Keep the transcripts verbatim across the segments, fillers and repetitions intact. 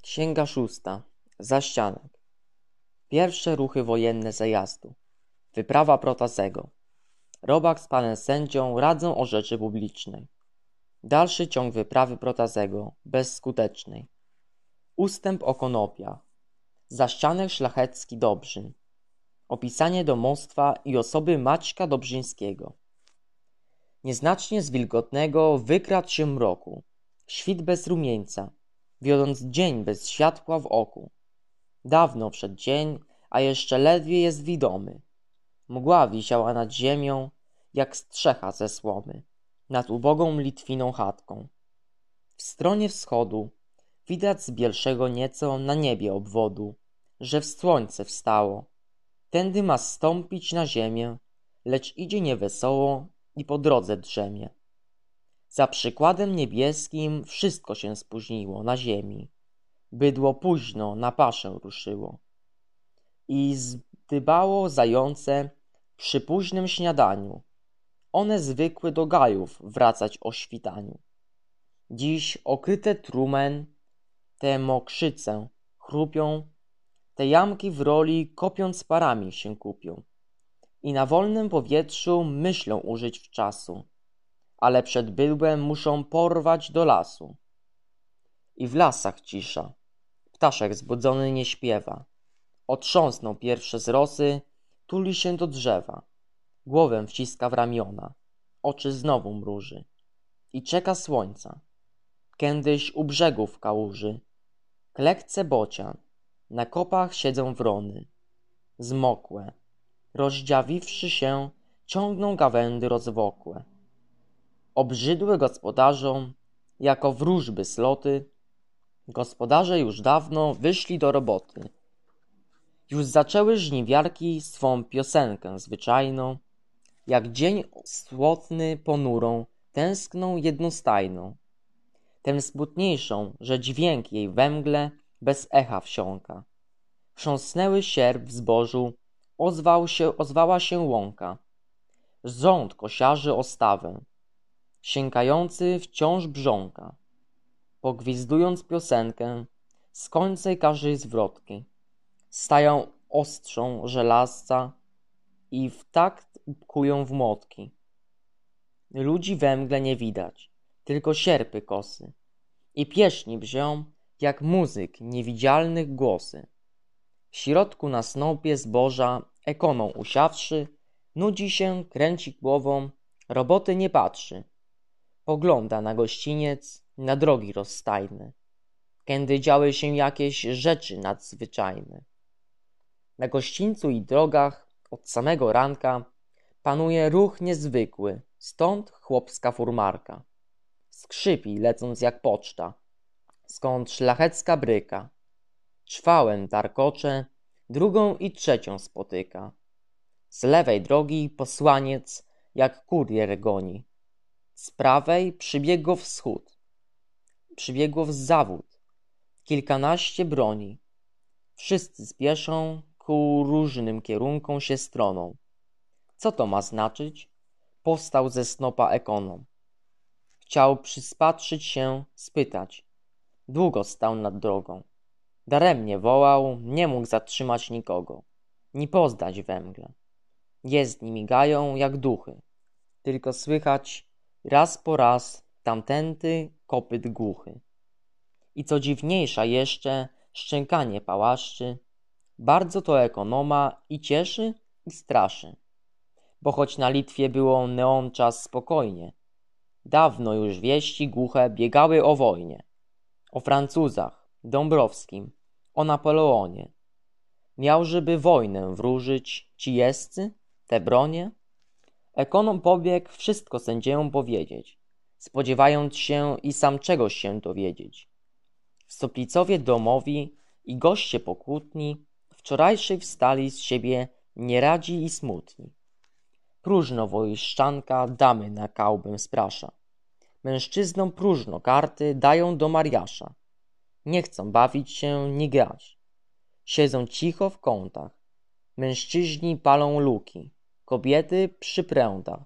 Księga szósta. Zaścianek. Pierwsze ruchy wojenne zajazdu. Wyprawa Protazego. Robak z panem sędzią radzą o rzeczy publicznej. Dalszy ciąg wyprawy Protazego, bezskutecznej. Ustęp o konopiach. Zaścianek szlachecki Dobrzyn. Opisanie domostwa i osoby Maćka Dobrzyńskiego. Nieznacznie z wilgotnego wykradł się mroku. Świt bez rumieńca, wiodąc dzień bez światła w oku. Dawno przed dzień, a jeszcze ledwie jest widomy. Mgła wisiała nad ziemią, jak strzecha ze słomy, nad ubogą Litwiną chatką. W stronie wschodu widać z bielszego nieco na niebie obwodu, że w słońce wstało. Tędy ma stąpić na ziemię, lecz idzie niewesoło i po drodze drzemie. Za przykładem niebieskim wszystko się spóźniło na ziemi. Bydło późno na paszę ruszyło. I zdybało zające przy późnym śniadaniu. One zwykły do gajów wracać o świtaniu. Dziś okryte trumen, te mokrzyce chrupią, te jamki w roli kopiąc parami się kupią. I na wolnym powietrzu myślą użyć w czasu, ale przed bydłem muszą porwać do lasu. I w lasach cisza, ptaszek zbudzony nie śpiewa. Otrząsnął pierwsze z rosy, tuli się do drzewa. Głowę wciska w ramiona, oczy znowu mruży. I czeka słońca. Kiedyś u brzegów kałuży klekce bocian, na kopach siedzą wrony. Zmokłe, rozdziawiwszy się, ciągną gawędy rozwokłe. Obrzydłe gospodarzom, jako wróżby sloty, gospodarze już dawno wyszli do roboty. Już zaczęły żniwiarki swą piosenkę zwyczajną, jak dzień słotny ponurą, tęskną jednostajną. Tem smutniejszą, że dźwięk jej we mgle bez echa wsiąka. Chrząsnęły sierp w zbożu, ozwał się, ozwała się łąka. Rząd kosiarzy o stawę, siękający wciąż brząka. Pogwizdując piosenkę, z końca każdej zwrotki stają ostrzą żelazca i w takt kują w młotki. Ludzi we mgle nie widać, tylko sierpy kosy i pieśni brzmią, jak muzyk niewidzialnych głosy. W środku na snopie zboża ekonom usiawszy, nudzi się, kręci głową, roboty nie patrzy. Pogląda na gościniec, na drogi rozstajne, kiedy działy się jakieś rzeczy nadzwyczajne. Na gościńcu i drogach od samego ranka panuje ruch niezwykły, stąd chłopska furmarka. Skrzypi, lecąc jak poczta, skąd szlachecka bryka. Czwałem tarkocze, drugą i trzecią spotyka. Z lewej drogi posłaniec, jak kurier goni. Z prawej przybiegło wschód, przybiegło w zawód, kilkanaście broni. Wszyscy spieszą ku różnym kierunkom się stroną. Co to ma znaczyć? Powstał ze snopa ekonom. Chciał przyspatrzyć się, spytać. Długo stał nad drogą. Daremnie wołał, nie mógł zatrzymać nikogo, ni poznać we mgle. Jezdni migają jak duchy, tylko słychać raz po raz tamtędy kopyt głuchy. I co dziwniejsza jeszcze, szczękanie pałaszczy. Bardzo to ekonoma i cieszy, i straszy. Bo choć na Litwie było neon czas spokojnie, dawno już wieści głuche biegały o wojnie. O Francuzach, Dąbrowskim, o Napoleonie. Miałżeby wojnę wróżyć ci jeźdźcy, te bronie? Ekonom pobiegł wszystko sędziemu powiedzieć, spodziewając się i sam czegoś się dowiedzieć. W Soplicowie domowi i goście pokutni wczorajszej wstali z siebie nieradzi i smutni. Próżno wojszczanka damy na kałbę sprasza. Mężczyznom próżno karty dają do mariasza. Nie chcą bawić się ni grać. Siedzą cicho w kątach. Mężczyźni palą luki, kobiety przy prętach.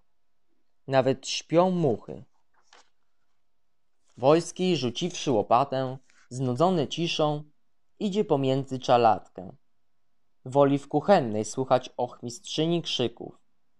Nawet śpią muchy. Wojski, rzuciwszy łopatę, znudzony ciszą, idzie pomiędzy czalatkę. Woli w kuchennej słuchać ochmistrzyni krzyków,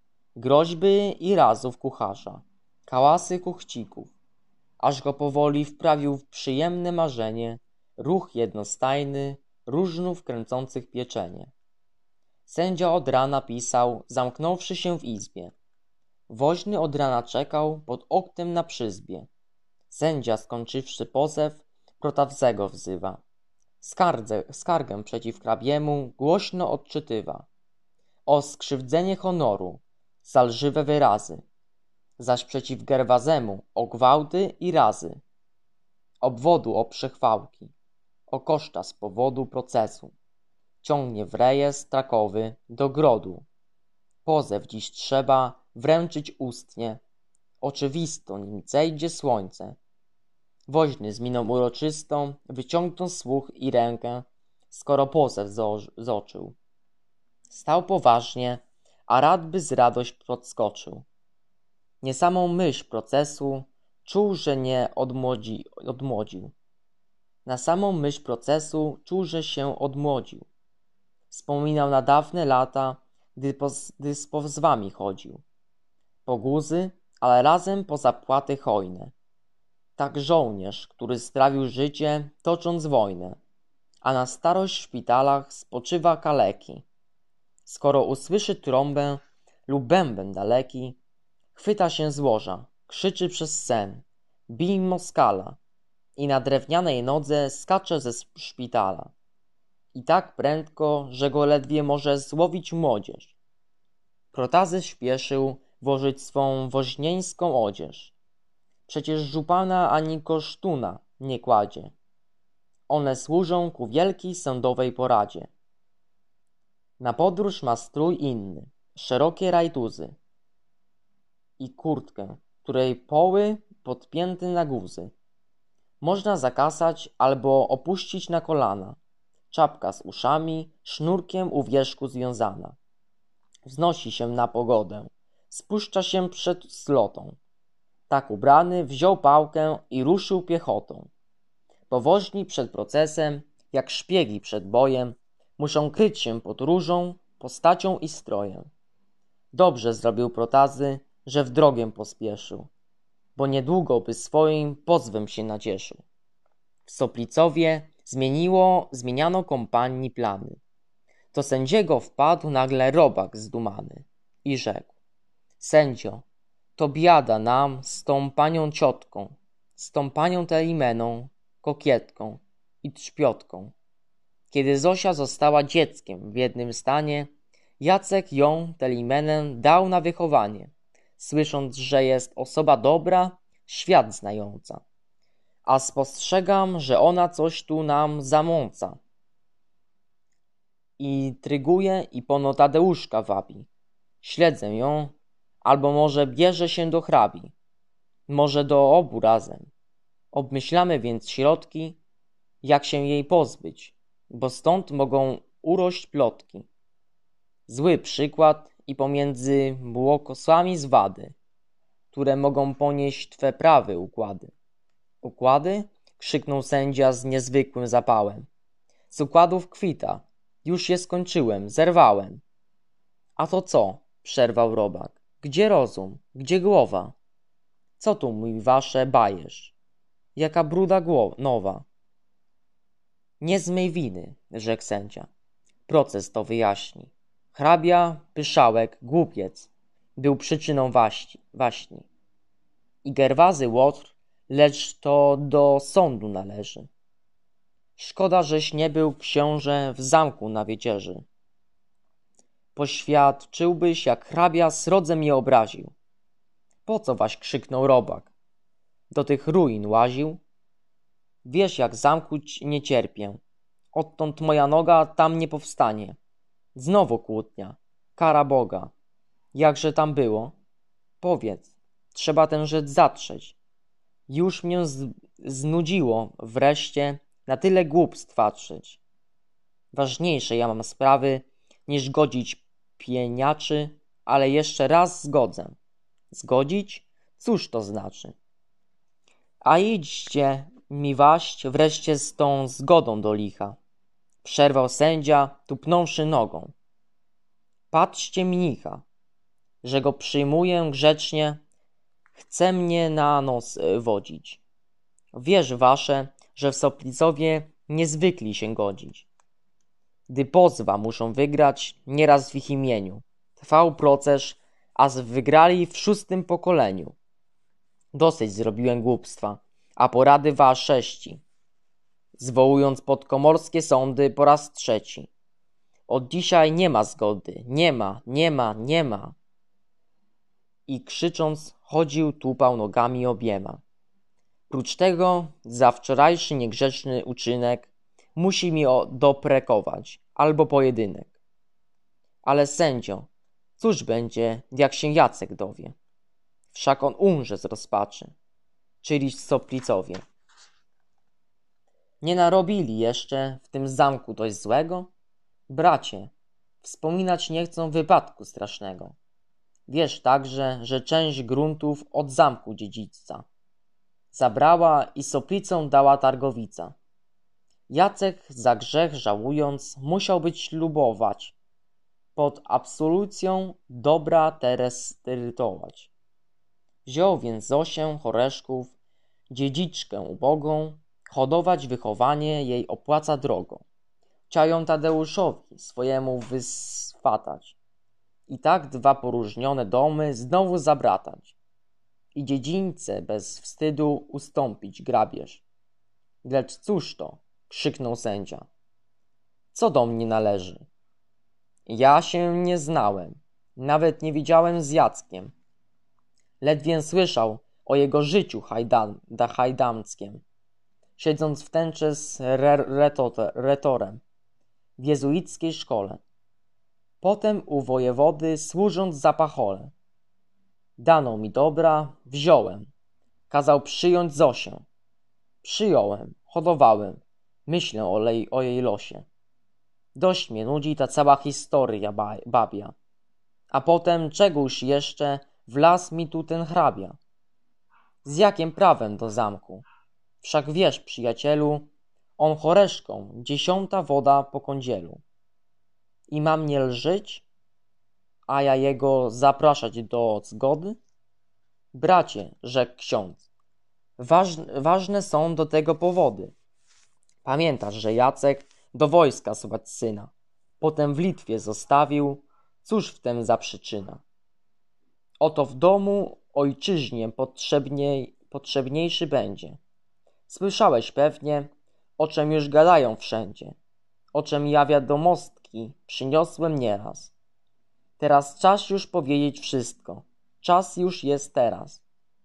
groźby i razów kucharza, kałasy kuchcików, aż go powoli wprawił w przyjemne marzenie ruch jednostajny różnów kręcących pieczenie. Sędzia od rana pisał, zamknąwszy się w izbie. Woźny od rana czekał pod oknem na przyzbie. Sędzia, skończywszy pozew, Protawzego wzywa. Skardze, skargę przeciw hrabiemu głośno odczytywa. O skrzywdzenie honoru, za lżywe wyrazy, zaś przeciw Gerwazemu o gwałty i razy, obwodu o przechwałki, o koszta z powodu procesu. Ciągnie w rejestr trakowy do grodu. Pozew dziś trzeba wręczyć ustnie, oczywisto nim zejdzie słońce. Woźny z miną uroczystą wyciągnął słuch i rękę, skoro pozew zoczył. Stał poważnie, a radby z radość podskoczył. Nie samą myśl procesu czuł, że nie odmłodzi, odmłodził. Na samą myśl procesu czuł, że się odmłodził. Wspominał na dawne lata, gdy, po, gdy z pozwami chodził. Po guzy, ale razem po zapłaty hojne. Tak żołnierz, który strawił życie, tocząc wojnę, a na starość w szpitalach spoczywa kaleki. Skoro usłyszy trąbę lub bęben daleki, chwyta się z łoża, krzyczy przez sen, bij Moskala i na drewnianej nodze skacze ze szpitala. I tak prędko, że go ledwie może złowić młodzież. Protazy śpieszył włożyć swą woźnieńską odzież. Przecież żupana ani kosztuna nie kładzie. One służą ku wielkiej sądowej poradzie. Na podróż ma strój inny, szerokie rajtuzy i kurtkę, której poły podpięty na guzy. Można zakasać albo opuścić na kolana. Czapka z uszami, sznurkiem u wierzchu związana. Wznosi się na pogodę, spuszcza się przed slotą. Tak ubrany wziął pałkę i ruszył piechotą. Powoźni przed procesem, jak szpiegi przed bojem, muszą kryć się pod różą, postacią i strojem. Dobrze zrobił Protazy, że w drogę pospieszył, bo niedługo by swoim pozwem się nacieszył. W Soplicowie zmieniło, zmieniano kompanii plany. Do sędziego wpadł nagle robak zdumany i rzekł: sędzio, to biada nam z tą panią ciotką, z tą panią Telimeną, kokietką i trzpiotką. Kiedy Zosia została dzieckiem w jednym stanie, Jacek ją, Telimenę, dał na wychowanie, słysząc, że jest osoba dobra, świat znająca. A spostrzegam, że ona coś tu nam zamąca. I tryguje i pono Tadeuszka wabi. Śledzę ją, albo może bierze się do hrabi, może do obu razem. Obmyślamy więc środki, jak się jej pozbyć, bo stąd mogą urość plotki. Zły przykład i pomiędzy błokosłami zwady, które mogą ponieść twe prawy układy. Układy? Krzyknął sędzia z niezwykłym zapałem. Z układów kwita. Już je skończyłem, zerwałem. A to co? Przerwał robak. Gdzie rozum? Gdzie głowa? Co tu mój wasze bajesz? Jaka bruda głowa nowa? Nie z mej winy, rzekł sędzia. Proces to wyjaśni. Hrabia, pyszałek, głupiec był przyczyną waści, waśni. I Gerwazy Łotr, lecz to do sądu należy. Szkoda, żeś nie był książę w zamku na wiecierzy. Poświadczyłbyś, jak hrabia srodze mnie obraził. Po co waś krzyknął robak? Do tych ruin łaził? Wiesz, jak zamku nie cierpię. Odtąd moja noga tam nie powstanie. Znowu kłótnia, kara Boga. Jakże tam było? Powiedz, trzeba tę rzecz zatrzeć. Już mnie z- znudziło wreszcie na tyle głupstw patrzeć. Ważniejsze ja mam sprawy, niż godzić pieniaczy, ale jeszcze raz zgodzę. Zgodzić? Cóż to znaczy? A idźcie mi waść wreszcie z tą zgodą do licha. Przerwał sędzia, tupnąwszy nogą. Patrzcie mnicha, że go przyjmuję grzecznie, chce mnie na nos wodzić. Wierz wasze, że w Soplicowie niezwykli się godzić. Gdy pozwa muszą wygrać nieraz w ich imieniu. Trwał proces, aż wygrali w szóstym pokoleniu. Dosyć zrobiłem głupstwa, a porady wasześci, zwołując podkomorskie sądy po raz trzeci. Od dzisiaj nie ma zgody, nie ma, nie ma, nie ma. I krzycząc chodził, tupał nogami obiema. Prócz tego za wczorajszy niegrzeczny uczynek musi mi doprekować albo pojedynek. Ale sędzio, cóż będzie, jak się Jacek dowie? Wszak on umrze z rozpaczy, czyli w Soplicowie. Nie narobili jeszcze w tym zamku dość złego? Bracie, wspominać nie chcą wypadku strasznego. Wiesz także, że część gruntów od zamku dziedzica zabrała i Soplicą dała Targowica. Jacek za grzech żałując musiał być ślubować, pod absolucją dobra terytować. Wziął więc Zosię Choreszków, dziedziczkę ubogą, hodować wychowanie jej opłaca drogo. Chciał ją Tadeuszowi swojemu wyswatać i tak dwa poróżnione domy znowu zabratać i dziedzińce bez wstydu ustąpić grabież. Lecz cóż to? Krzyknął sędzia. Co do mnie należy? Ja się nie znałem, nawet nie widziałem z Jackiem. Ledwie słyszał o jego życiu hajdam, da hajdamskiem, siedząc w tęczy z re, retor, retorem w jezuickiej szkole. Potem u wojewody służąc za pachole. Dano mi dobra, wziąłem. Kazał przyjąć Zosię. Przyjąłem, hodowałem. Myślę o, lej, o jej losie. Dość mnie nudzi ta cała historia ba, babia. A potem czegoż jeszcze wlazł mi tu ten hrabia. Z jakim prawem do zamku? Wszak wiesz, przyjacielu, on choreszką, dziesiąta woda po kądzielu. I mam nie lżyć, a ja jego zapraszać do zgody? Bracie, rzekł ksiądz, ważne, ważne są do tego powody. Pamiętasz, że Jacek do wojska słać syna, potem w Litwie zostawił, cóż w tem za przyczyna? Oto w domu ojczyźnie potrzebniej, potrzebniejszy będzie. Słyszałeś pewnie, o czem już gadają wszędzie, o czem ja wiadomostki przyniosłem nieraz. Teraz czas już powiedzieć wszystko, czas już jest teraz.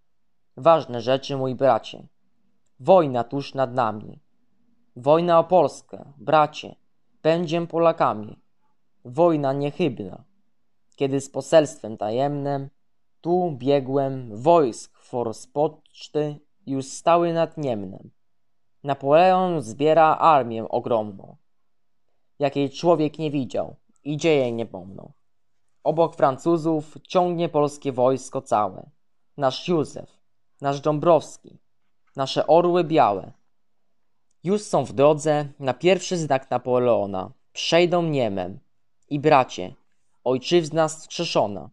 Ważne rzeczy, mój bracie, wojna tuż nad nami. Wojna o Polskę, bracie, będziem Polakami. Wojna niechybna, kiedy z poselstwem tajemnem tu biegłem wojsk forspoczty już stały nad Niemnem. Napoleon zbiera armię ogromną, jakiej człowiek nie widział i dzieje nie pomną. Obok Francuzów ciągnie polskie wojsko całe. Nasz Józef, nasz Dąbrowski, nasze orły białe. Już są w drodze na pierwszy znak Napoleona. Przejdą Niemem. I bracie, ojczyzna wskrzeszona.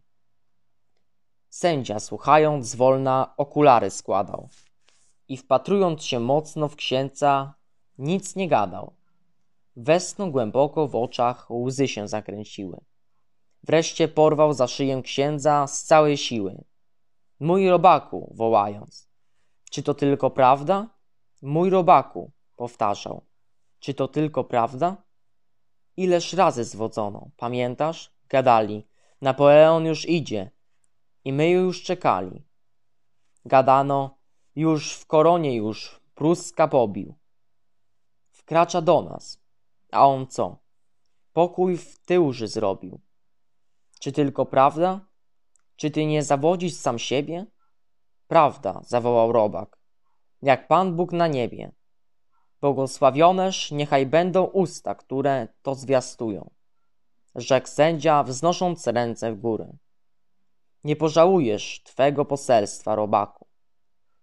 Sędzia, słuchając zwolna, okulary składał i wpatrując się mocno w księdza, nic nie gadał. Westchnął głęboko w oczach, łzy się zakręciły. Wreszcie porwał za szyję księdza z całej siły. Mój robaku, wołając. Czy to tylko prawda? Mój robaku, powtarzał. Czy to tylko prawda? Ileż razy zwodzono, pamiętasz? Gadali. Napoleon już idzie. I my już czekali. Gadano, już w koronie już Pruska pobił. Wkracza do nas. A on co? Pokój w tyłży zrobił. Czy tylko prawda? Czy ty nie zawodzisz sam siebie? Prawda, zawołał robak. Jak Pan Bóg na niebie. Błogosławioneż niechaj będą usta, które to zwiastują. Rzekł sędzia, wznosząc ręce w górę. Nie pożałujesz twego poselstwa, robaku.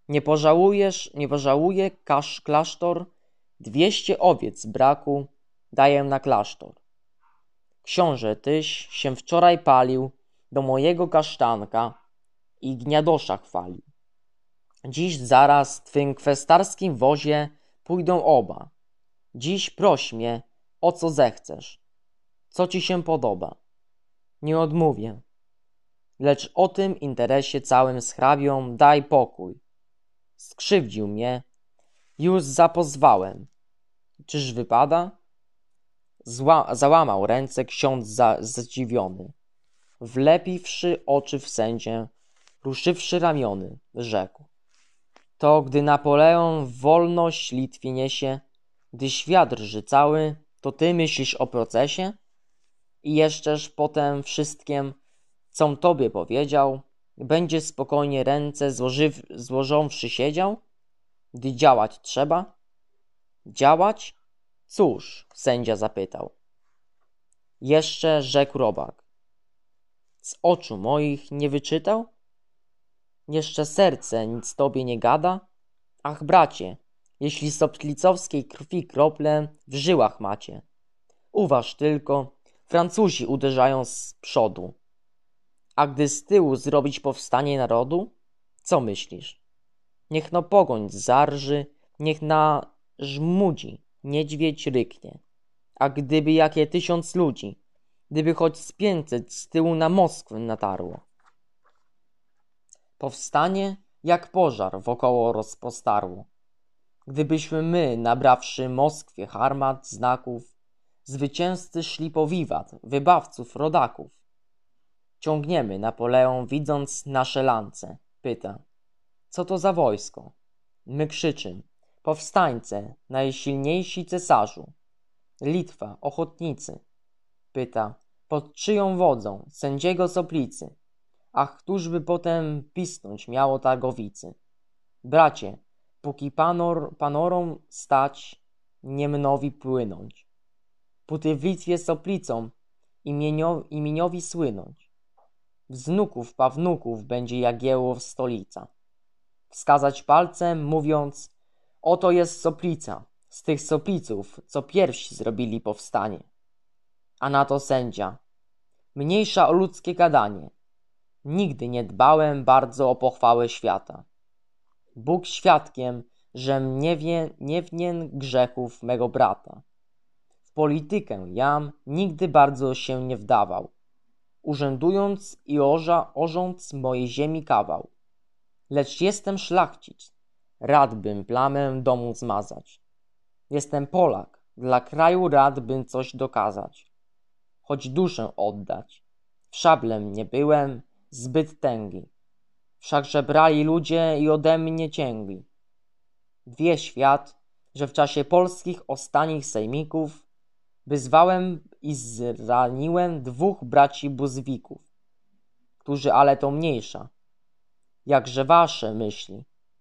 Nie pożałujesz, nie pożałuje kasz, klasztor, dwieście owiec braku daję na klasztor. Książę, tyś się wczoraj palił do mojego kasztanka i gniadosza chwalił. Dziś zaraz w twym kwestarskim wozie pójdą oba. Dziś proś mnie, o co zechcesz, co ci się podoba. Nie odmówię, lecz o tym interesie całym z hrabią daj pokój. Skrzywdził mnie, już zapozwałem. Czyż wypada? Zła, załamał ręce ksiądz za, zdziwiony. Wlepiwszy oczy w sędzię, ruszywszy ramiony, rzekł. To gdy Napoleon wolność Litwie niesie, gdy świat drży cały, to ty myślisz o procesie? I jeszczeż potem wszystkim, com tobie powiedział, będzie spokojnie ręce złożyw, złożąwszy siedział? Gdy działać trzeba? Działać? Cóż? Sędzia zapytał. Jeszcze rzekł robak. Z oczu moich nie wyczytał? Jeszcze serce nic tobie nie gada? Ach, bracie, jeśli soplicowskiej krwi krople w żyłach macie. Uważ tylko, Francuzi uderzają z przodu. A gdy z tyłu zrobić powstanie narodu? Co myślisz? Niech no pogoń zarży, niech na żmudzi niedźwiedź ryknie. A gdyby jakie tysiąc ludzi, gdyby choć z pięćset z tyłu na Moskwę natarło. Powstanie jak pożar wokoło rozpostarło. Gdybyśmy my, nabrawszy Moskwie harmat, znaków, zwycięzcy szli po wiwat, wybawców, rodaków. Ciągniemy Napoleon, widząc nasze lance. Pyta, co to za wojsko? My krzyczymy, powstańce, najsilniejsi cesarzu. Litwa, ochotnicy. Pyta, pod czyją wodzą? Sędziego Soplicy. Ach, któż by potem pisnąć miało targowicy? Bracie, póki panor, panorom stać, niemnowi płynąć. Póty w Litwie Soplicą imienio, imieniowi słynąć. Wznuków, pawnuków będzie Jagiełło stolica. Wskazać palcem, mówiąc, oto jest Soplica, z tych Sopliców, co pierwsi zrobili powstanie. A na to sędzia, mniejsza o ludzkie gadanie. Nigdy nie dbałem bardzo o pochwałę świata. Bóg świadkiem, żem nie, wie, nie winien grzechów mego brata. W politykę jam nigdy bardzo się nie wdawał, urzędując i orza, orząc mojej ziemi kawał. Lecz jestem szlachcic, rad bym plamę domu zmazać. Jestem Polak, dla kraju rad bym coś dokazać. Choć duszę oddać, w szablem nie byłem zbyt tęgi. Wszakże brali ludzie i ode mnie cięgli. Wie świat, że w czasie polskich ostatnich sejmików wyzwałem i zraniłem dwóch braci Buzwików, którzy ale to mniejsza, jakże wasze myśli.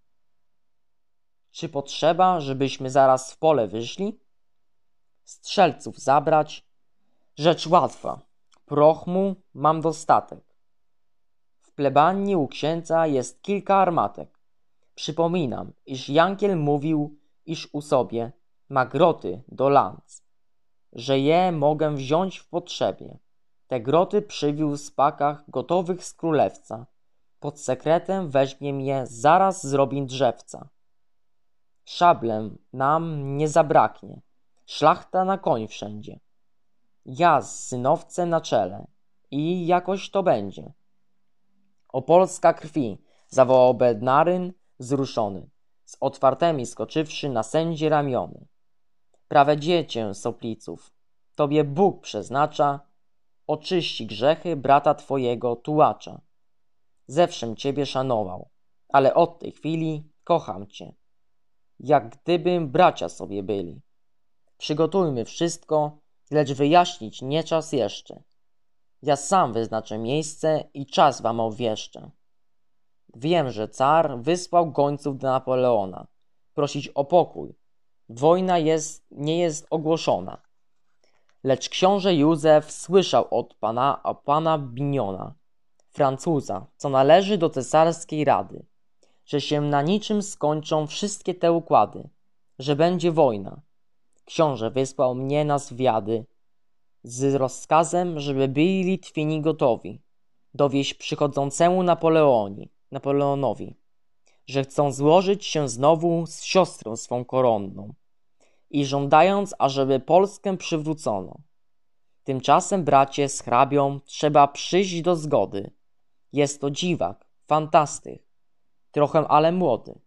Czy potrzeba, żebyśmy zaraz w pole wyszli? Strzelców zabrać? Rzecz łatwa, prochmu mam dostatek. W plebanii u księdza jest kilka armatek. Przypominam, iż Jankiel mówił, iż u sobie ma groty do lanc, że je mogę wziąć w potrzebie. Te groty przywiózł w pakach gotowych z królewca. Pod sekretem weźmiem je zaraz z robin drzewca. Szablem nam nie zabraknie, szlachta na koń wszędzie. Ja z synowcem na czele i jakoś to będzie. O Polska krwi, zawołał Bednaryn wzruszony, z otwartymi skoczywszy na sędzi ramiony. Prawe dziecię, Sopliców, tobie Bóg przeznacza, oczyści grzechy brata twojego tułacza. Zewszem ciebie szanował, ale od tej chwili kocham cię, jak gdybym bracia sobie byli. Przygotujmy wszystko, lecz wyjaśnić nie czas jeszcze. Ja sam wyznaczę miejsce i czas wam obwieszczę. Wiem, że car wysłał gońców do Napoleona, prosić o pokój. Wojna jest, nie jest ogłoszona. Lecz książę Józef słyszał od pana, od pana Biniona, Francuza, co należy do cesarskiej rady, że się na niczym skończą wszystkie te układy, że będzie wojna. Książę wysłał mnie na zwiady z rozkazem, żeby byli Litwini gotowi dowieść przychodzącemu Napoleoni, Napoleonowi, że chcą złożyć się znowu z siostrą swą koronną i żądając, ażeby Polskę przywrócono. Tymczasem, bracie, z hrabią trzeba przyjść do zgody. Jest to dziwak, fantastyk, trochę ale młody.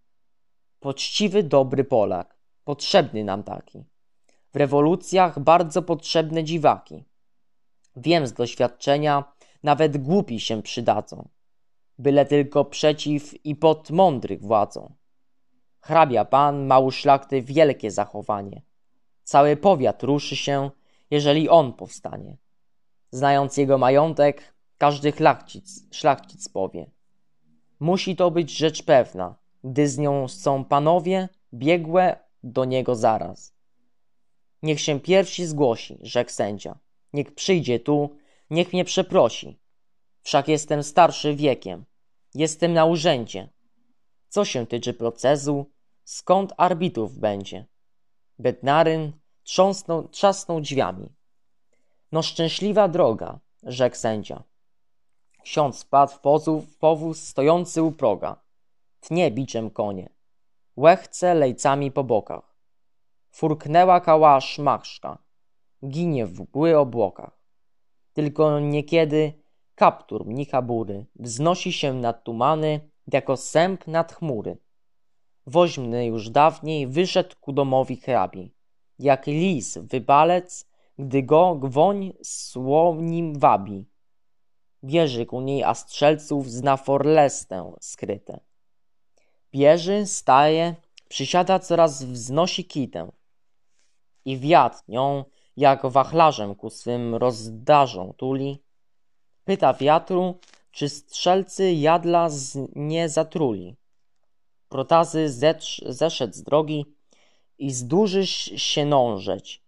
Poczciwy, dobry Polak, potrzebny nam taki. W rewolucjach bardzo potrzebne dziwaki. Wiem z doświadczenia, nawet głupi się przydadzą, byle tylko przeciw i pod mądrych władzą. Hrabia pan ma u szlachty wielkie zachowanie. Cały powiat ruszy się, jeżeli on powstanie. Znając jego majątek, każdy szlachcic, szlachcic powie. Musi to być rzecz pewna, gdy z nią są panowie biegłe do niego zaraz. Niech się pierwszy zgłosi, rzekł sędzia. Niech przyjdzie tu, niech mnie przeprosi. Wszak jestem starszy wiekiem. Jestem na urzędzie. Co się tyczy procesu, skąd arbitrów będzie? Bednaryn trząsnął, trzasnął drzwiami. No szczęśliwa droga, rzekł sędzia. Ksiądz wpadł w powóz, powóz stojący u proga. Tnie biczem konie. Łechce lejcami po bokach. Furknęła kała szmachszka. Ginie w mgły obłokach. Tylko niekiedy kaptur mnicha bury wznosi się nad tumany, jako sęp nad chmury. Woźmny już dawniej wyszedł ku domowi hrabi, jak lis wybalec, gdy go gwoń słonim wabi. Bieży ku niej, a strzelców zna forlestę skryte. Bieży, staje, przysiada, coraz wznosi kitę. I wiatr nią, jak wachlarzem ku swym rozdarzom tuli. Pyta wiatru, czy strzelcy jadla z nie zatruli. Protazy zecz, zeszedł z drogi i zduży się nążeć.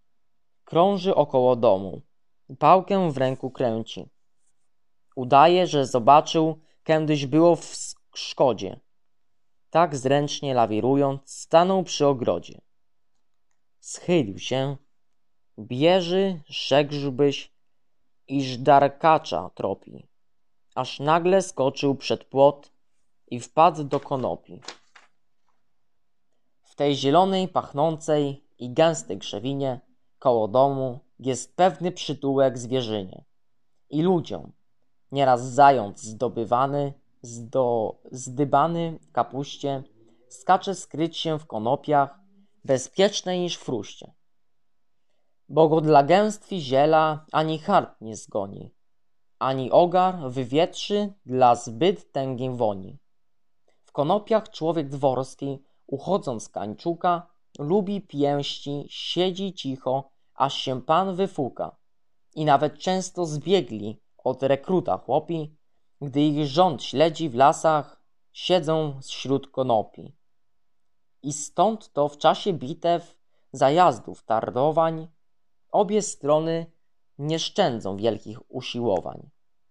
Krąży około domu, pałkę w ręku kręci. Udaje, że zobaczył, kiedyś było w szkodzie. Tak zręcznie lawirując, stanął przy ogrodzie. Schylił się. Bieży, rzekłbyś, iż darkacza tropi. Aż nagle skoczył przed płot i wpadł do konopi. W tej zielonej, pachnącej i gęstej krzewinie koło domu jest pewny przytułek zwierzynie. I ludziom, nieraz zając zdobywany, zdo, zdybany w kapuście, skacze skryć się w konopiach, bezpiecznej niż w chruście. Bo go dla gęstwi ziela ani chart nie zgoni, ani ogar wywietrzy dla zbyt tęgiej woni. W konopiach człowiek dworski, uchodząc z kańczuka, lubi pięści, siedzi cicho, aż się pan wyfuka. I nawet często zbiegli od rekruta chłopi, gdy ich rząd śledzi w lasach, siedzą wśród konopi. I stąd to w czasie bitew, zajazdów, targowań, obie strony nie szczędzą wielkich usiłowań,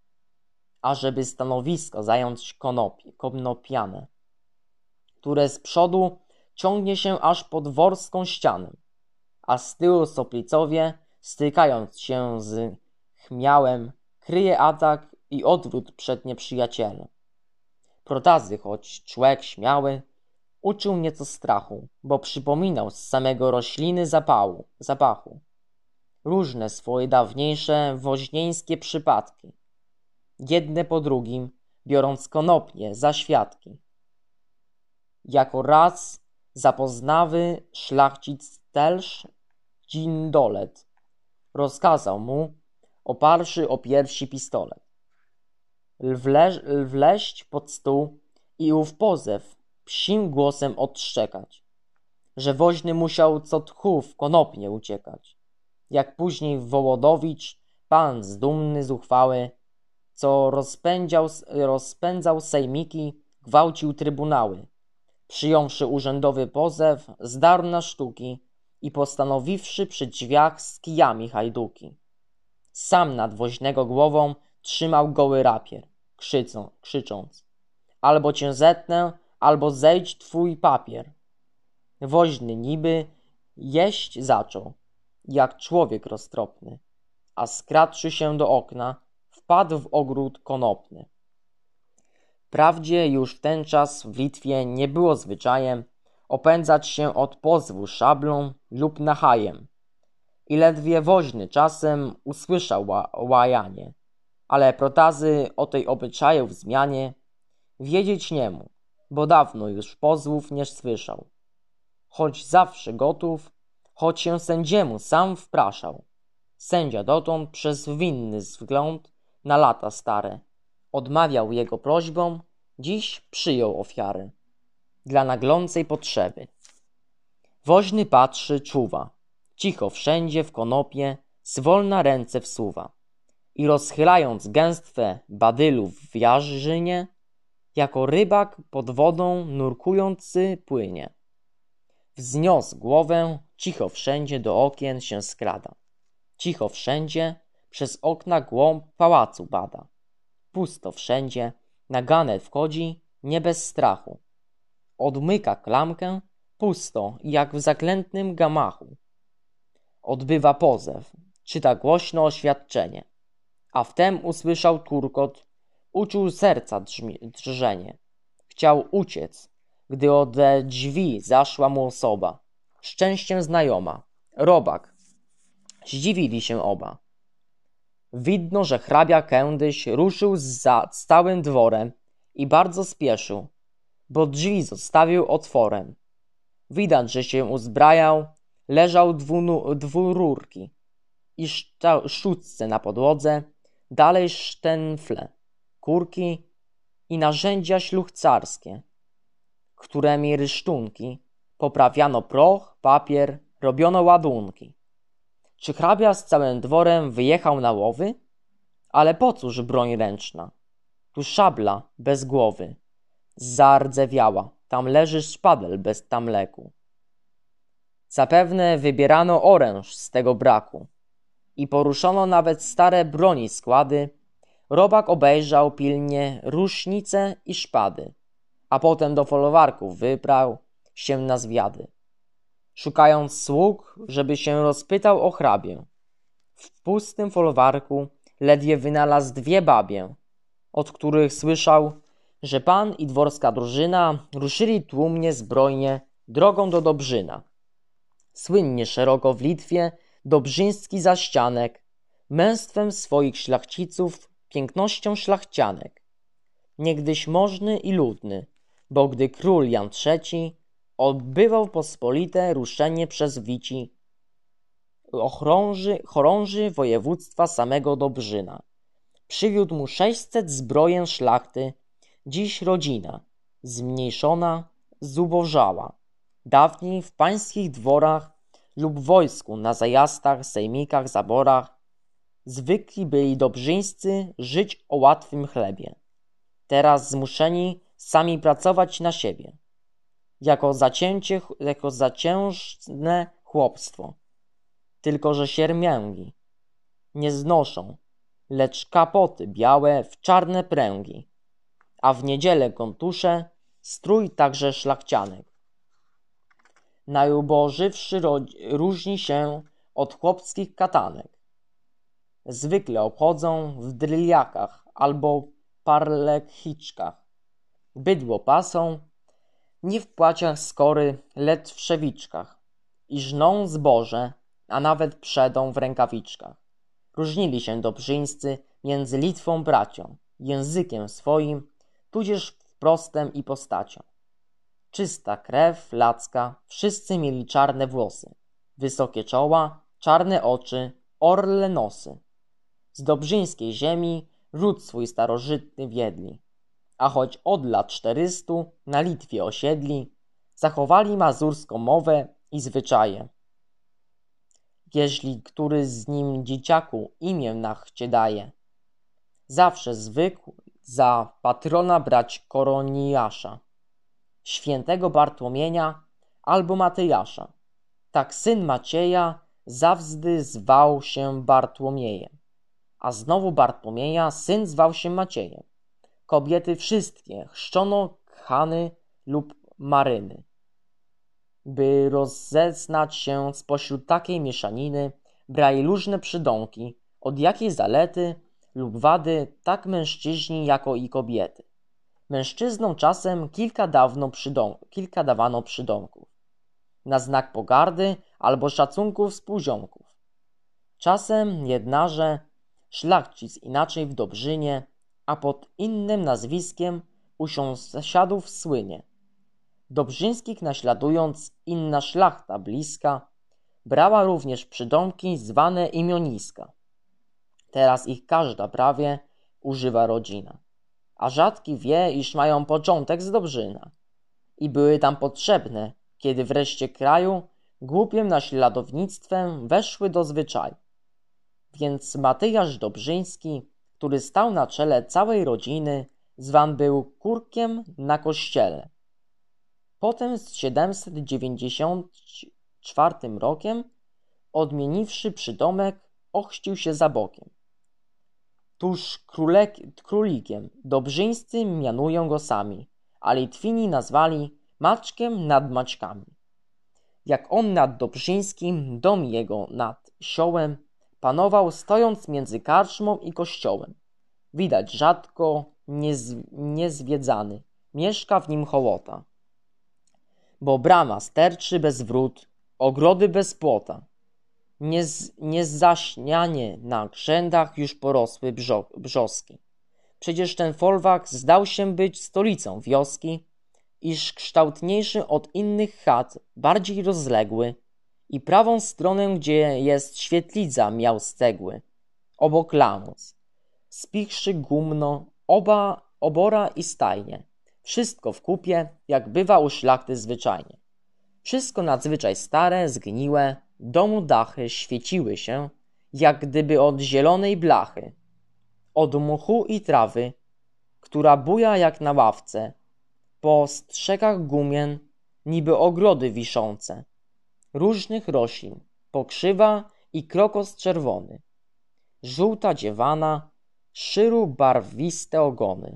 ażeby stanowisko zająć konopi, konopiane, które z przodu ciągnie się aż pod dworską ścianę, a z tyłu soplicowie, stykając się z chmiałem, kryje atak i odwrót przed nieprzyjacielem. Protazy, choć człek śmiały, uczył nieco strachu, bo przypominał z samego rośliny zapału, zapachu różne swoje dawniejsze woźnieńskie przypadki, jedne po drugim, biorąc konopnie za świadki. Jako raz zapoznawy szlachcic Telsz Dzindolet rozkazał mu, oparszy o piersi pistolet, wleź, wleźć pod stół i ów pozew psim głosem odszczekać, że woźny musiał co tchu w konopnie uciekać. Jak później Wołodowicz, pan zdumny, zuchwały, co rozpędzał, rozpędzał sejmiki, gwałcił trybunały, przyjąwszy urzędowy pozew, zdarł na sztuki i postanowiwszy przy drzwiach z kijami hajduki. Sam nad woźnego głową trzymał goły rapier, krzycą, krzycząc: albo cię zetnę, albo zejdź twój papier. Woźny niby jeść zaczął, jak człowiek roztropny, a skradłszy się do okna, wpadł w ogród konopny. Wprawdzie już w ten czas w Litwie nie było zwyczajem opędzać się od pozwu szablą lub nachajem i ledwie woźny czasem usłyszał ła łajanie, ale protazy o tej obyczaju w zmianie wiedzieć nie mógł, bo dawno już pozwów nie słyszał. Choć zawsze gotów, choć się sędziemu sam wpraszał. Sędzia dotąd przez winny wzgląd na lata stare odmawiał jego prośbom, dziś przyjął ofiary dla naglącej potrzeby. Woźny patrzy, czuwa, cicho wszędzie w konopie zwolna ręce wsuwa i rozchylając gęstwę badylów w jarzynie, jako rybak pod wodą nurkujący płynie. Wzniósł głowę, cicho wszędzie do okien się skrada. Cicho wszędzie przez okna głąb pałacu bada. Pusto wszędzie, na ganet wchodzi, nie bez strachu. Odmyka klamkę, pusto, jak w zaklętnym gamachu. Odbywa pozew, czyta głośno oświadczenie. A wtem usłyszał turkot, uczuł serca drżenie. Chciał uciec, gdy ode drzwi zaszła mu osoba, szczęściem znajoma, robak. Zdziwili się oba. Widno, że hrabia kędyś ruszył za całym dworem i bardzo spieszył, bo drzwi zostawił otworem. Widać, że się uzbrajał, leżał dwururki i szczućce na podłodze, dalej sztenfle, kurki i narzędzia śluchcarskie, któremi rysztunki poprawiano proch, papier, robiono ładunki. Czy hrabia z całym dworem wyjechał na łowy? Ale po cóż broń ręczna? Tu szabla bez głowy, zardzewiała, tam leży szpadel bez tamleku. Zapewne wybierano oręż z tego braku i poruszono nawet stare broni składy. Robak obejrzał pilnie rusznice i szpady, a potem do folwarków wybrał się na zwiady, szukając sług, żeby się rozpytał o hrabię. W pustym folwarku ledwie wynalazł dwie babie, od których słyszał, że pan i dworska drużyna ruszyli tłumnie zbrojnie drogą do Dobrzyna. Słynnie szeroko w Litwie dobrzyński zaścianek, męstwem swoich szlachciców, pięknością szlachcianek. Niegdyś możny i ludny, bo gdy król Jan trzeci odbywał pospolite ruszenie przez wici ochorąży, chorąży województwa samego Dobrzyna. Przywiódł mu sześćset zbrojen szlachty, dziś rodzina, zmniejszona, zubożała. Dawniej w pańskich dworach lub wojsku na zajazdach, sejmikach, zaborach zwykli byli dobrzyńscy żyć o łatwym chlebie. Teraz zmuszeni sami pracować na siebie. Jako zacięcie, jako zaciężne chłopstwo. Tylko że siermięgi nie znoszą, lecz kapoty białe w czarne pręgi, a w niedzielę kontusze strój także szlachcianek. Najubożywszy różni się od chłopskich katanek. Zwykle obchodzą w dryliakach albo parlechiczkach. Bydło pasą, nie w płaciach skory, lecz w szewiczkach i żną zboże, a nawet przedą w rękawiczkach. Różnili się dobrzyńscy między Litwą bracią, językiem swoim, tudzież wprostem i postacią. Czysta krew lacka, wszyscy mieli czarne włosy, wysokie czoła, czarne oczy, orle nosy. Z dobrzyńskiej ziemi ród swój starożytny wiedli, a choć od lat czterystu na Litwie osiedli, zachowali mazurską mowę i zwyczaje. Jeśli który z nim dzieciaku imię na chcie daje, zawsze zwykł za patrona brać Koroniasza, świętego Bartłomienia albo Matyjasza. Tak syn Macieja zawzdy zwał się Bartłomiejem, a znowu Bartłomieja syn zwał się Maciejem. kobiety wszystkie chrzczono Hany lub Maryny. By rozeznać się spośród takiej mieszaniny, brali różne przydomki, od jakiej zalety lub wady tak mężczyźni, jako i kobiety. Mężczyznom czasem kilka, dawno przydom- kilka dawano przydomków, na znak pogardy albo szacunku współziomków. Czasem jednarze, szlachcic inaczej w Dobrzynie, a pod innym nazwiskiem u sąsiadów słynie. Dobrzyńskich naśladując inna szlachta bliska, brała również przydomki zwane imioniska. Teraz ich każda prawie używa rodzina, a rzadki wie, iż mają początek z Dobrzyna i były tam potrzebne, kiedy wreszcie kraju głupiem naśladownictwem weszły do zwyczaju. Więc Matyjasz Dobrzyński, który stał na czele całej rodziny, zwan był kurkiem na kościele. Potem z siedemset dziewięćdziesiątym czwartym rokiem, odmieniwszy przydomek, ochrzcił się za bokiem. Tuż królek, królikiem Dobrzyńscy mianują go sami, a Litwini nazwali Maćkiem nad Maćkami. Jak on nad Dobrzyńskim, dom jego nad siołem, panował stojąc między karczmą i kościołem. Widać rzadko, niez, niezwiedzany, mieszka w nim hołota. Bo brama sterczy bez wrót, ogrody bez płota. Niez, niezaśnianie na grzędach już porosły brzo, brzoski. Przecież ten folwark zdał się być stolicą wioski, iż kształtniejszy od innych chat, bardziej rozległy i prawą stronę, gdzie jest świetlica, miał z cegły. Obok lamus, spichrzy gumno, oba, obora i stajnie. Wszystko w kupie, jak bywa u szlachty zwyczajnie. Wszystko nadzwyczaj stare, zgniłe, domu dachy świeciły się, jak gdyby od zielonej blachy. Od mchu i trawy, która buja jak na ławce, po strzekach gumien, niby ogrody wiszące, różnych roślin, pokrzywa i krokos czerwony, żółta dziewana, szyru barwiste ogony,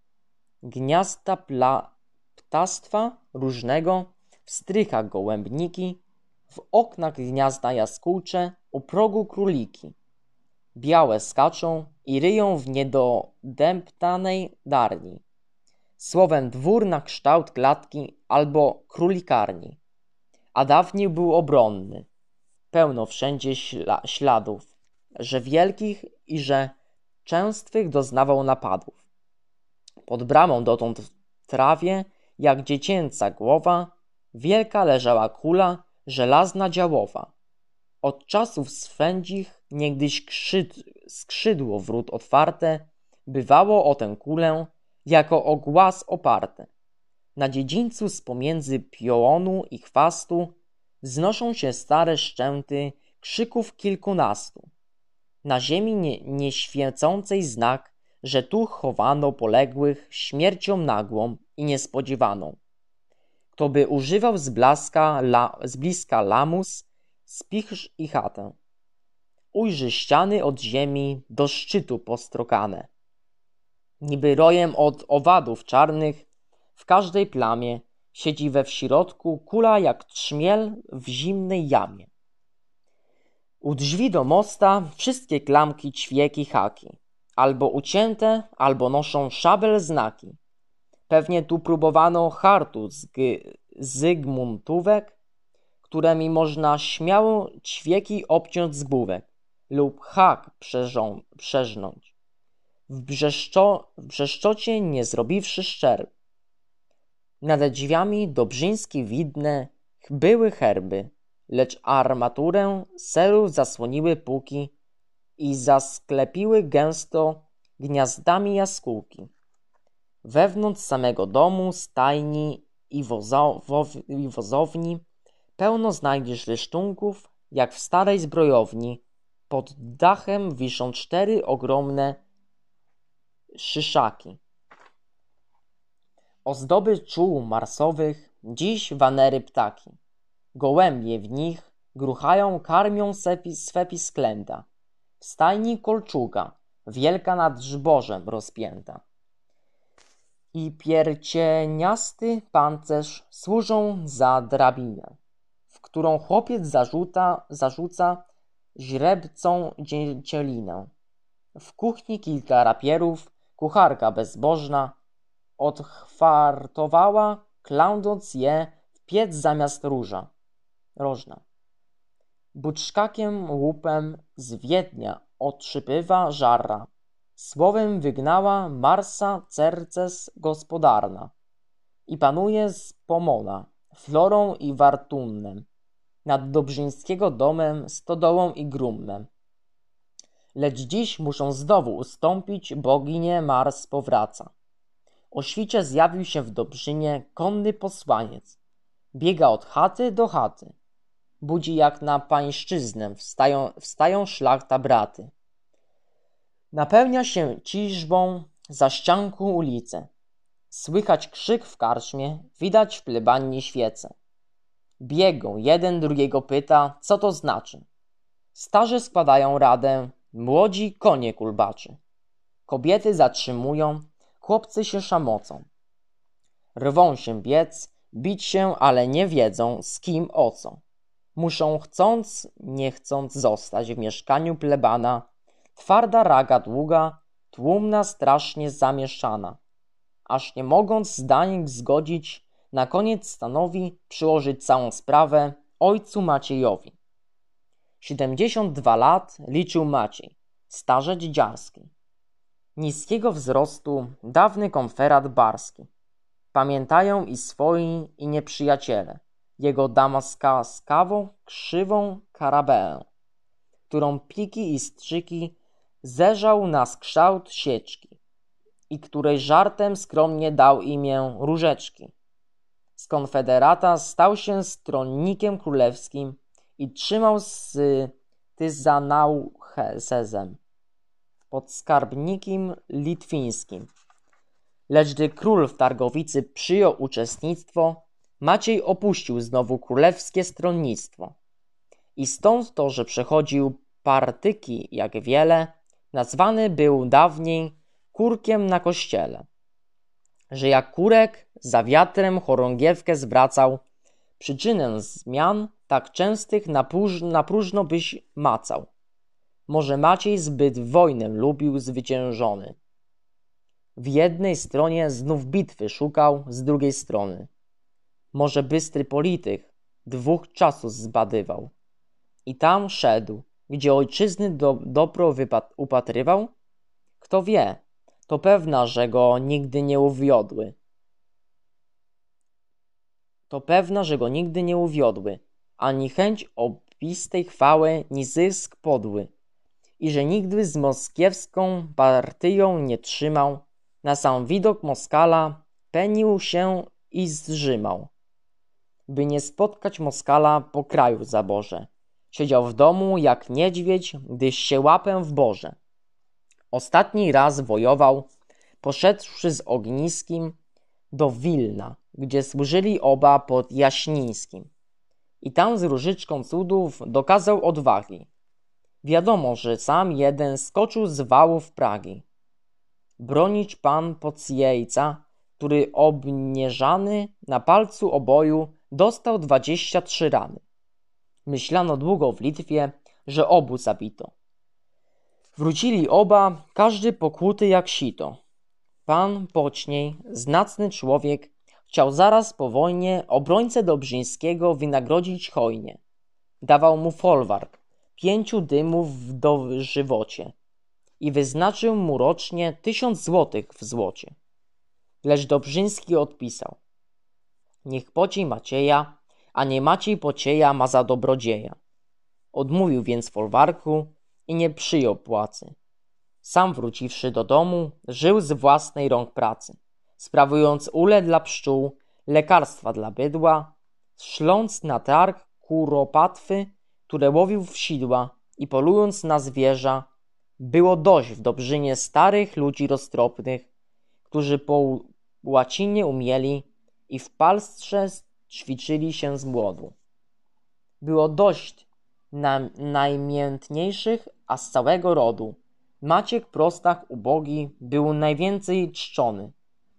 gniazda pla, ptactwa różnego, w strychach gołębniki, w oknach gniazda jaskółcze, u progu króliki. Białe skaczą i ryją w niedodęptanej darni. Słowem dwór na kształt klatki albo królikarni. A dawniej był obronny. Pełno wszędzie śla śladów, że wielkich i że częstwych doznawał napadów. Pod bramą dotąd w trawie, jak dziecięca głowa, wielka leżała kula, żelazna działowa. Od czasów swędzich niegdyś krzyd, skrzydło wrót otwarte bywało o tę kulę jako o głaz oparte. Na dziedzińcu z pomiędzy piołonu i chwastu wznoszą się stare szczęty krzyków kilkunastu. Na ziemi nie, nieświecącej znak, że tu chowano poległych śmiercią nagłą i niespodziewaną. Kto by używał z, blaska, la, z bliska lamus, spichrz i chatę. Ujrzy ściany od ziemi do szczytu postrokane. Niby rojem od owadów czarnych, w każdej plamie siedzi we wśrodku kula jak trzmiel w zimnej jamie. U drzwi do mosta wszystkie klamki, ćwieki, haki, albo ucięte, albo noszą szabel znaki. Pewnie tu próbowano hartu z zygmuntówek, któremi można śmiało ćwieki obciąć z bówek lub hak przerząć. W, brzeszczo, w brzeszczocie nie zrobiwszy szczerb. Nad drzwiami dobrzyńskie widne były herby, lecz armaturę serów zasłoniły puki i zasklepiły gęsto gniazdami jaskółki. Wewnątrz samego domu, stajni i, wozow, i wozowni pełno znajdziesz rysztunków, jak w starej zbrojowni. Pod dachem wiszą cztery ogromne szyszaki. Ozdoby czół marsowych, dziś wanery ptaki. Gołębie w nich gruchają, karmią swe pisklęta. W stajni kolczuga, wielka nad żbożem rozpięta. i pierścieniasty pancerz służą za drabinę, w którą chłopiec zarzuca, zarzuca źrebcą dziecielinę. W kuchni kilka rapierów, kucharka bezbożna odchwartowała, kładąc je w piec zamiast róża, rożna. Buczkakiem łupem z Wiednia otrzypywa żara, słowem wygnała Marsa Cerces gospodarna i panuje z Pomona, Florą i Wartunnem, nad Dobrzyńskiego domem, stodołą i grumnem. Lecz dziś muszą znowu ustąpić, boginie Mars powraca. O świcie zjawił się w Dobrzynie konny posłaniec. Biega od chaty do chaty. Budzi jak na pańszczyznę, wstają, wstają szlachta braty. Napełnia się ciżbą za ścianką ulice. Słychać krzyk w karczmie, widać w plebanni świece. Biegą, jeden drugiego pyta, co to znaczy. Starzy składają radę, młodzi konie kulbaczy. Kobiety zatrzymują, chłopcy się szamocą. Rwą się biec, bić się, ale nie wiedzą z kim o co. Muszą chcąc, nie chcąc zostać w mieszkaniu plebana. Twarda raga długa, tłumna strasznie zamieszana. Aż nie mogąc zdań zgodzić, na koniec stanowi przyłożyć całą sprawę ojcu Maciejowi. Siedemdziesiąt dwa lat liczył Maciej, starzec dziarski. Niskiego wzrostu, dawny konferat barski. Pamiętają i swoi, i nieprzyjaciele jego damaskawą, krzywą karabeę, którą piki i strzyki zeżał na kształt sieczki i której żartem skromnie dał imię Różeczki. Z konfederata stał się stronnikiem królewskim i trzymał z Tyzanauchesem pod skarbnikiem litwińskim. Lecz gdy król w Targowicy przyjął uczestnictwo, Maciej opuścił znowu królewskie stronnictwo. I stąd to, że przechodził partyki jak wiele, nazwany był dawniej kurkiem na kościele. Że jak kurek za wiatrem chorągiewkę zwracał, przyczynę zmian tak częstych na, próż, na próżno byś macał. Może Maciej zbyt wojnę lubił zwyciężony. W jednej stronie znów bitwy szukał, z drugiej strony. Może bystry polityk dwóch czasów zbadywał. I tam szedł, gdzie ojczyzny do, dobro upatrywał? Kto wie, to pewna, że go nigdy nie uwiodły. To pewna, że go nigdy nie uwiodły, ani chęć obistej chwały, ni zysk podły. I że nigdy z moskiewską partyją nie trzymał, na sam widok Moskala penił się i zżymał. By nie spotkać Moskala po kraju zaborze, siedział w domu jak niedźwiedź, gdyś się łapę w borze. Ostatni raz wojował, poszedłszy z Ogniskim do Wilna, gdzie służyli oba pod Jaśnińskim. I tam z różyczką cudów dokazał odwagi. Wiadomo, że sam jeden skoczył z wałów Pragi. Bronić pan Pociejca, który obnieżany na palcu oboju dostał dwadzieścia trzy rany. Myślano długo w Litwie, że obu zabito. Wrócili oba, każdy pokłuty jak sito. Pan Pocniej, znacny człowiek, chciał zaraz po wojnie obrońcę Dobrzyńskiego wynagrodzić hojnie. Dawał mu folwark, pięciu dymów w dożywocie i wyznaczył mu rocznie tysiąc złotych w złocie. Lecz Dobrzyński odpisał: niech Pociej Macieja, a nie Maciej Pocieja ma za dobrodzieja. Odmówił więc folwarku i nie przyjął płacy. Sam wróciwszy do domu, żył z własnej rąk pracy, sprawując ule dla pszczół, lekarstwa dla bydła, szląc na targ kuropatwy, które łowił w sidła i polując na zwierza. Było dość w Dobrzynie starych ludzi roztropnych, którzy po łacinie umieli i w palstrze ćwiczyli się z młodu. Było dość na najmiętniejszych, a z całego rodu Maciek Prostach ubogi był najwięcej czczony.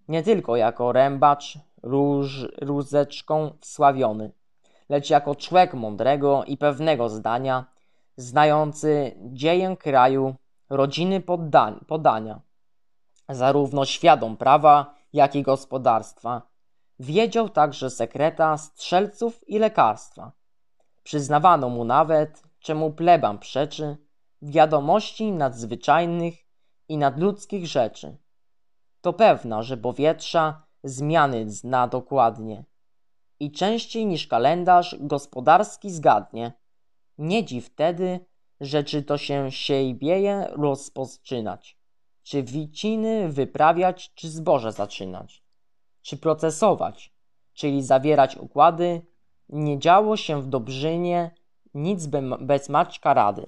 nie tylko jako rębacz róż, rózeczką wsławiony, lecz jako człowiek mądrego i pewnego zdania, znający dzieję kraju, rodziny podda- podania, zarówno świadom prawa, jak i gospodarstwa. Wiedział także sekreta strzelców i lekarstwa. Przyznawano mu nawet, czemu pleban przeczy, wiadomości nadzwyczajnych i nadludzkich rzeczy. To pewna, że powietrza zmiany zna dokładnie i częściej niż kalendarz gospodarski zgadnie. Nie dziw wtedy, że czy to się siejbieje rozpoczynać, czy wiciny wyprawiać, czy zboże zaczynać, czy procesować, czyli zawierać układy, nie działo się w Dobrzynie nic bez Maćka rady.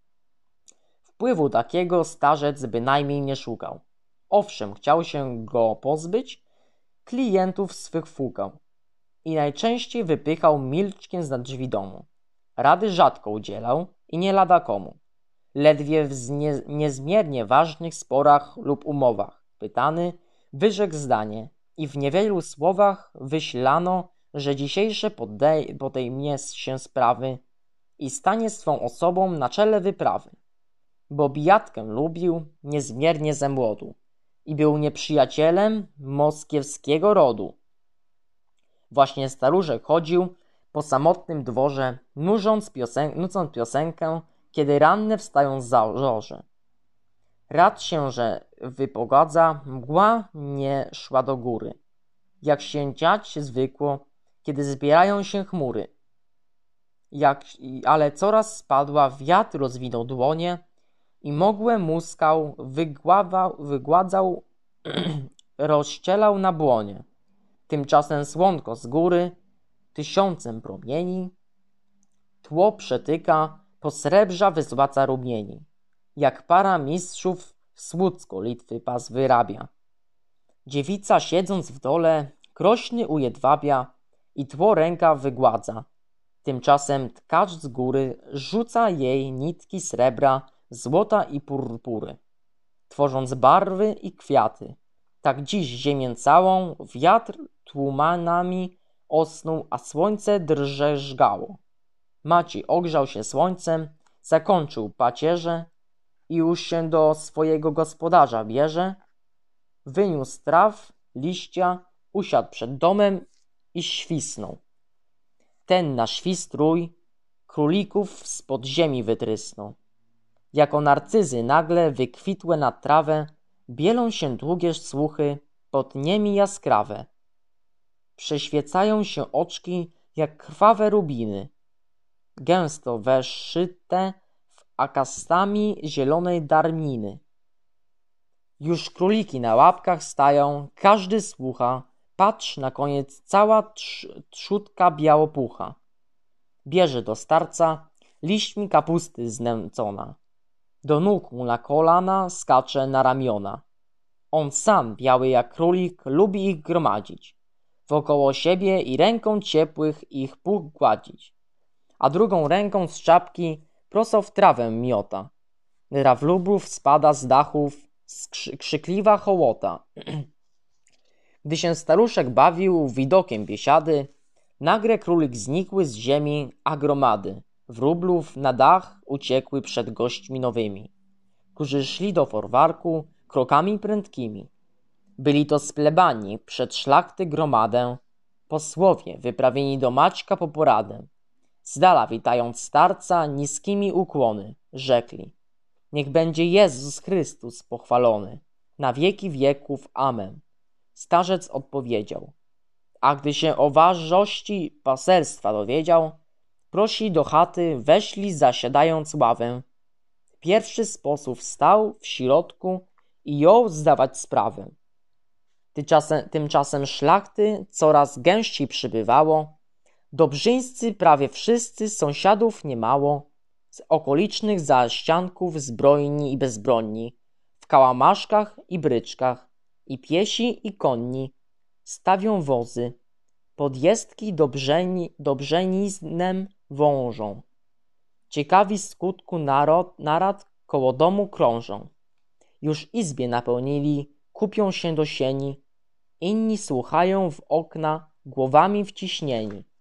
Wpływu takiego starzec bynajmniej nie szukał. Owszem, chciał się go pozbyć, klientów swych fukał i najczęściej wypychał milczkiem z nad drzwi domu. Rady rzadko udzielał i nie lada komu. Ledwie w nie, niezmiernie ważnych sporach lub umowach pytany wyrzekł zdanie i w niewielu słowach wyślano, że dzisiejsze podej- podejmie się sprawy i stanie swą osobą na czele wyprawy, bo bijatkę lubił niezmiernie ze młodu i był nieprzyjacielem moskiewskiego rodu. Właśnie staruszek chodził po samotnym dworze, nużąc piosen- nucąc piosenkę, kiedy ranne wstają z zorze. Rad się, że wypogadza, mgła nie szła do góry, jak się dziać zwykło, kiedy zbierają się chmury. Jak, ale coraz spadła, wiatr rozwinął dłonie i mogłe muskał wygławał, wygładzał, rozścielał na błonie. Tymczasem słonko z góry tysiącem promieni tło przetyka, po srebrza wyzłaca rumieni. Jak para mistrzów w Słucko Litwy pas wyrabia. Dziewica siedząc w dole krośny ujedwabia i tło ręka wygładza. Tymczasem tkacz z góry rzuca jej nitki srebra, złota i purpury, tworząc barwy i kwiaty. Tak dziś ziemię całą wiatr tłumanami osnuł, a słońce drżgało. Maciej ogrzał się słońcem, zakończył pacierze i już się do swojego gospodarza bierze. Wyniósł traw, liścia, usiadł przed domem i świsnął. Ten na świst rój królików spod ziemi wytrysnął. Jako narcyzy nagle wykwitłe na trawę, bielą się długie słuchy, pod niemi jaskrawe. Przeświecają się oczki jak krwawe rubiny, gęsto weszyte w akastami zielonej darminy. Już króliki na łapkach stają, każdy słucha, patrz na koniec cała trz- trzutka białopucha. Bierze do starca liśćmi kapusty znęcona, do nóg mu na kolana skacze na ramiona. On sam, biały jak królik, lubi ich gromadzić wokoło siebie i ręką ciepłych ich puch gładzić, a drugą ręką z czapki prosto w trawę miota. Rawlubrów spada z dachów skrzy- krzykliwa hołota. Gdy się staruszek bawił widokiem biesiady, nagle królik znikły z ziemi, a gromady wróblów na dach uciekły przed gośćmi nowymi, którzy szli do folwarku krokami prędkimi. Byli to z plebanii przed szlachty gromadę, posłowie wyprawieni do Maćka po poradę. Z dala witając starca niskimi ukłony, rzekli: niech będzie Jezus Chrystus pochwalony, na wieki wieków. Amen. Starzec odpowiedział, a gdy się o ważności paserstwa dowiedział, prosi do chaty weszli, zasiadając ławę. Pierwszy sposób stał w środku i jął zdawać sprawę. Tymczasem, tymczasem szlachty coraz gęściej przybywało, dobrzyńscy prawie wszyscy, sąsiadów niemało, z okolicznych zaścianków zbrojni i bezbronni, w kałamaszkach i bryczkach, i piesi i konni, stawią wozy, podjezdki dobrzeni, dobrzeniznem wążą. Ciekawi skutku narod, narad koło domu krążą. Już izbie napełnili, kupią się do sieni, inni słuchają w okna, głowami wciśnieni.